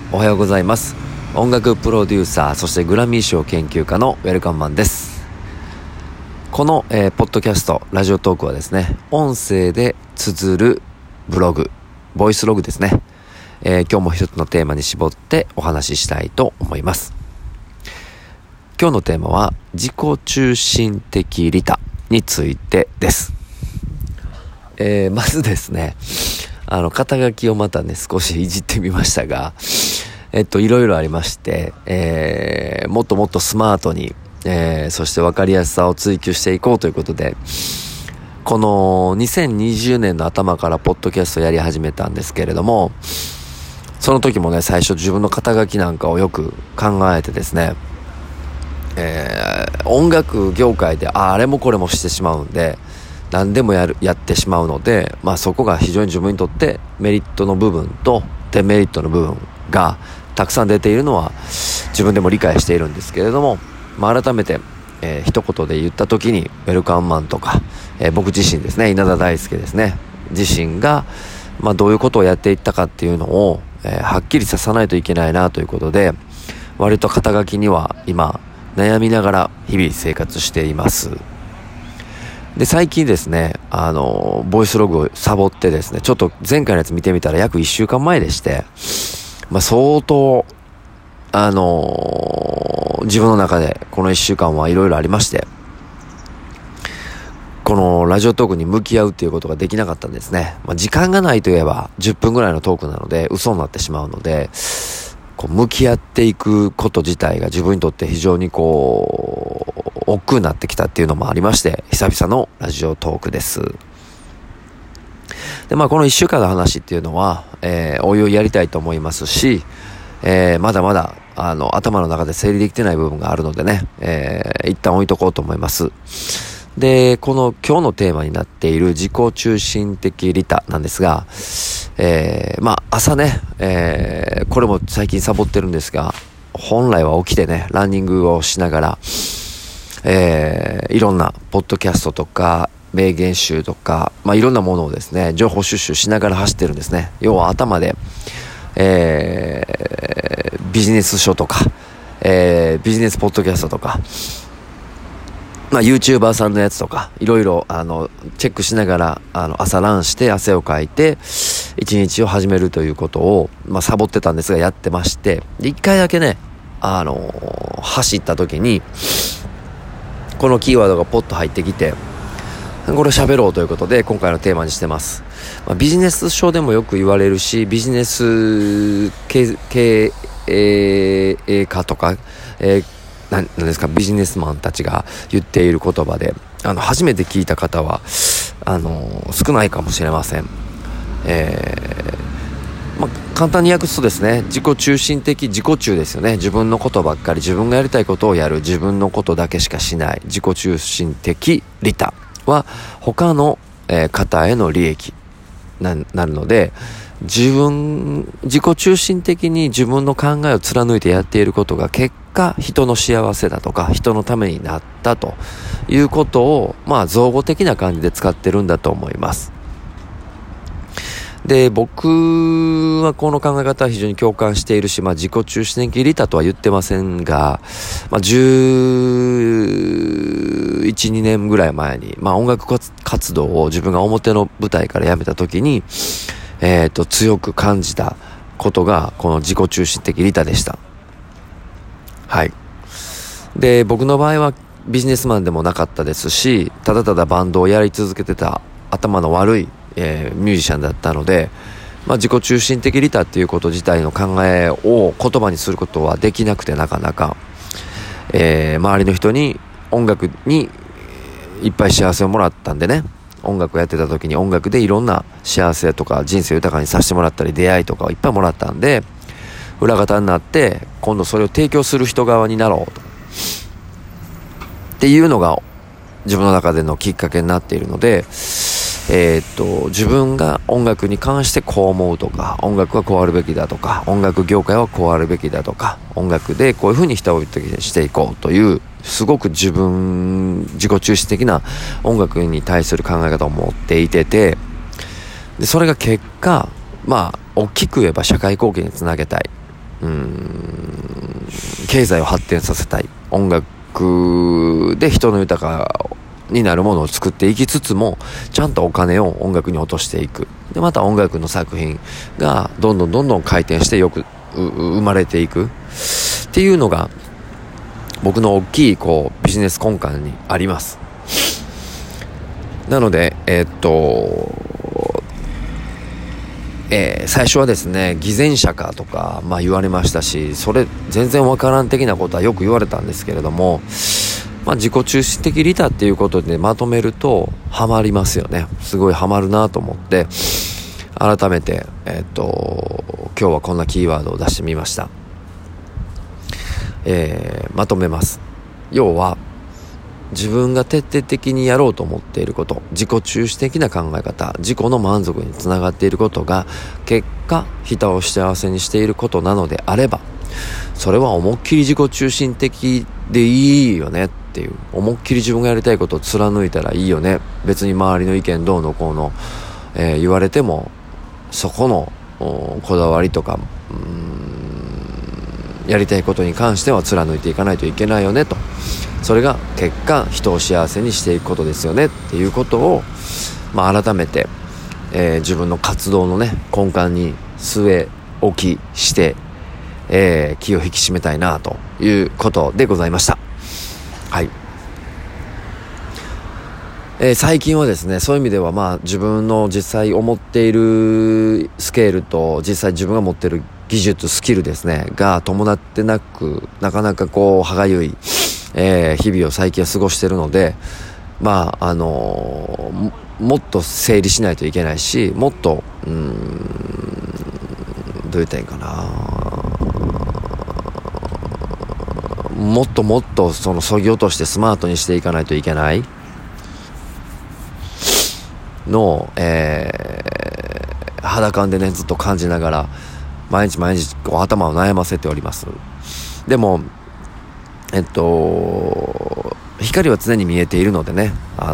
おはようございます。音楽プロデューサー、そしてグラミー賞研究家のウェルカムマンです。この、ポッドキャストラジオトークはですね、音声で綴るブログ、ボイスログですね。今日も一つのテーマに絞ってお話ししたいと思います。今日のテーマは自己中心的利他についてです。まずですね、肩書きをまたね少しいじってみましたが、いろいろありまして、もっともっとスマートに、そして分かりやすさを追求していこうということで、この2020年の頭からポッドキャストやり始めたんですけれども、その時もね、最初自分の肩書きなんかをよく考えてですね、音楽業界であれもこれもしてしまうんで、何でもやってしまうので、そこが非常に自分にとってメリットの部分とデメリットの部分がたくさん出ているのは自分でも理解しているんですけれども、改めて、一言で言った時にウェルカムマンとか、僕自身ですね、稲田大輔ですね自身が、どういうことをやっていったかっていうのを、はっきりさせないといけないなということで、割と肩書きには今悩みながら日々生活しています。で、最近ですね、ボイスログをサボってですね、ちょっと前回のやつ見てみたら約1週間前でして、相当、自分の中でこの1週間はいろいろありまして、このラジオトークに向き合うっていうことができなかったんですね。時間がないといえば10分ぐらいのトークなので嘘になってしまうので、向き合っていくこと自体が自分にとって非常に億劫になってきたっていうのもありまして、久々のラジオトークです。で、この1週間の話っていうのは、おいおいやりたいと思いますし、まだまだ頭の中で整理できてない部分があるのでね、一旦置いとこうと思います。で、この今日のテーマになっている自己中心的利他なんですが、朝ね、これも最近サボってるんですが、本来は起きてね、ランニングをしながら、いろんなポッドキャストとか名言集とか、いろんなものをですね、情報収集しながら走ってるんですね。要は頭で、ビジネス書とか、ビジネスポッドキャストとか、YouTuber さんのやつとかいろいろチェックしながら朝ランして汗をかいて一日を始めるということをサボってたんですがやってまして、で一回だけね走った時にこのキーワードがポッと入ってきて、これを喋ろうということで今回のテーマにしてます。ビジネス書でもよく言われるし、ビジネス経営家とか、なんですか、ビジネスマンたちが言っている言葉で、初めて聞いた方は少ないかもしれません。簡単に訳すとですね、自己中心的、自己中ですよね。自分のことばっかり、自分がやりたいことをやる、自分のことだけしかしない、自己中心的利他は他の、方への利益なるので、自己中心的に自分の考えを貫いてやっていることが結果人の幸せだとか人のためになったということを造語的な感じで使ってるんだと思います。で、僕はこの考え方は非常に共感しているし、自己中心的利他とは言ってませんが、11、2年ぐらい前に、音楽活動を自分が表の舞台からやめた時に強く感じたことがこの自己中心的利他でした。はい。で、僕の場合はビジネスマンでもなかったですし、ただただバンドをやり続けてた頭の悪い、ミュージシャンだったので、自己中心的利他っていうこと自体の考えを言葉にすることはできなくて、なかなか、周りの人に音楽にいっぱい幸せをもらったんでね、音楽をやってた時に音楽でいろんな幸せとか人生豊かにさせてもらったり出会いとかをいっぱいもらったんで、裏方になって今度それを提供する人側になろうとっていうのが自分の中でのきっかけになっているので、自分が音楽に関してこう思うとか、音楽はこうあるべきだとか、音楽業界はこうあるべきだとか、音楽でこういう風に人をしていこうというすごく自己中心的な音楽に対する考え方を持っていて、でそれが結果大きく言えば社会貢献につなげたい経済を発展させたい。音楽で人の豊かになるものを作っていきつつも、ちゃんとお金を音楽に落としていく。で、また音楽の作品がどんどん回転してよく生まれていくっていうのが僕の大きいビジネス根幹にあります。なので最初はですね、偽善者かとか言われましたし、それ全然わからん的なことはよく言われたんですけれども、自己中心的利他っていうことでまとめるとハマりますよね。すごいハマるなと思って、改めて今日はこんなキーワードを出してみました。まとめます。要は自分が徹底的にやろうと思っていること、自己中心的な考え方、自己の満足につながっていることが結果人を幸せにしていることなのであれば、それは思いっきり自己中心的でいいよねっていう、思いっきり自分がやりたいことを貫いたらいいよね、別に周りの意見どうのこうの、言われてもそこのこだわりとかやりたいことに関しては貫いていかないといけないよねと、それが結果人を幸せにしていくことですよねっていうことを、改めて、自分の活動のね根幹に据え置きして、気を引き締めたいなということでございました。はい。最近はですね、そういう意味では自分の実際思っているスケールと実際自分が持っている技術スキルですねが伴ってなく、なかなか歯がゆい、日々を最近は過ごしているので、もっと整理しないといけないし、もっとどう言ったらいいかな、もっとその削ぎ落としてスマートにしていかないといけないのを、肌感でねずっと感じながら毎日頭を悩ませております。でも光は常に見えているのでね、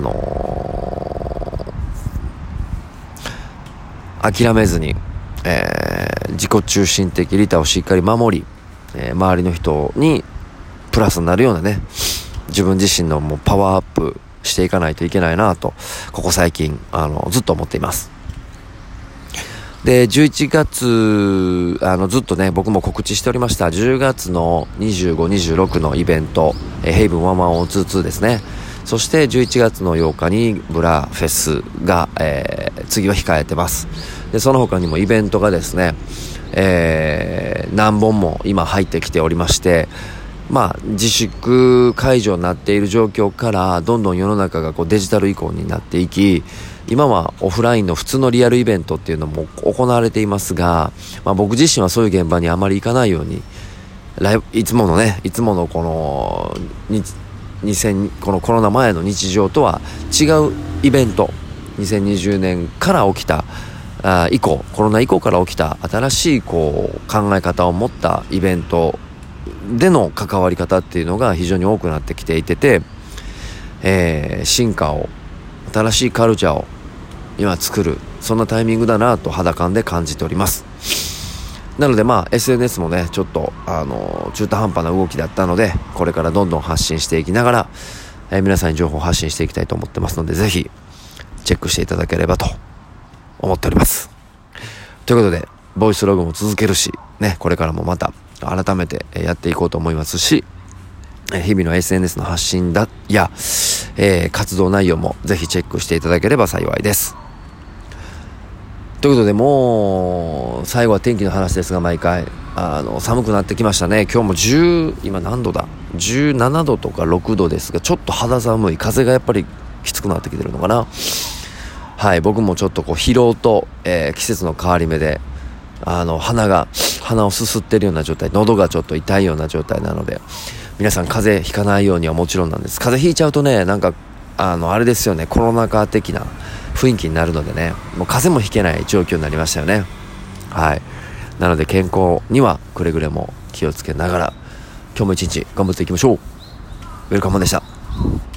諦めずに、自己中心的利他をしっかり守り、周りの人にプラスになるようなね、自分自身のもうパワーアップしていかないといけないなと、ここ最近ずっと思っています。で、11月ずっとね僕も告知しておりました10月の25、26のイベント、ヘイブン11122ですね。そして11月の8日にブラフェスが、次は控えてます。で、その他にもイベントがですね、何本も今入ってきておりまして、自粛解除になっている状況からどんどん世の中がデジタル移行になっていき、今はオフラインの普通のリアルイベントっていうのも行われていますが、僕自身はそういう現場にあまり行かないように、いつものこのこのコロナ前の日常とは違うイベント、2020年から起きたコロナ以降から起きた新しい考え方を持ったイベントでの関わり方っていうのが非常に多くなってきていて、進化を、新しいカルチャーを今作る、そんなタイミングだなと肌感で感じております。なのでSNS もねちょっと中途半端な動きだったので、これからどんどん発信していきながら、皆さんに情報を発信していきたいと思ってますので、ぜひチェックしていただければと思っております。ということでボイスログも続けるしね、これからもまた改めてやっていこうと思いますし、日々の SNS の発信や、活動内容もぜひチェックしていただければ幸いです。ということで、もう最後は天気の話ですが、毎回寒くなってきましたね。今日も今何度だ、17度とか6度ですが、ちょっと肌寒い、風がやっぱりきつくなってきてるのかな。はい、僕もちょっと疲労と、季節の変わり目で鼻をすすってるような状態、喉がちょっと痛いような状態なので、皆さん風邪ひかないようにはもちろんなんです。風邪ひいちゃうとね、あれですよね、コロナ禍的な雰囲気になるのでね、もう風邪もひけない状況になりましたよね。はい。なので健康にはくれぐれも気をつけながら、今日も一日頑張っていきましょう。ウェルカムでした。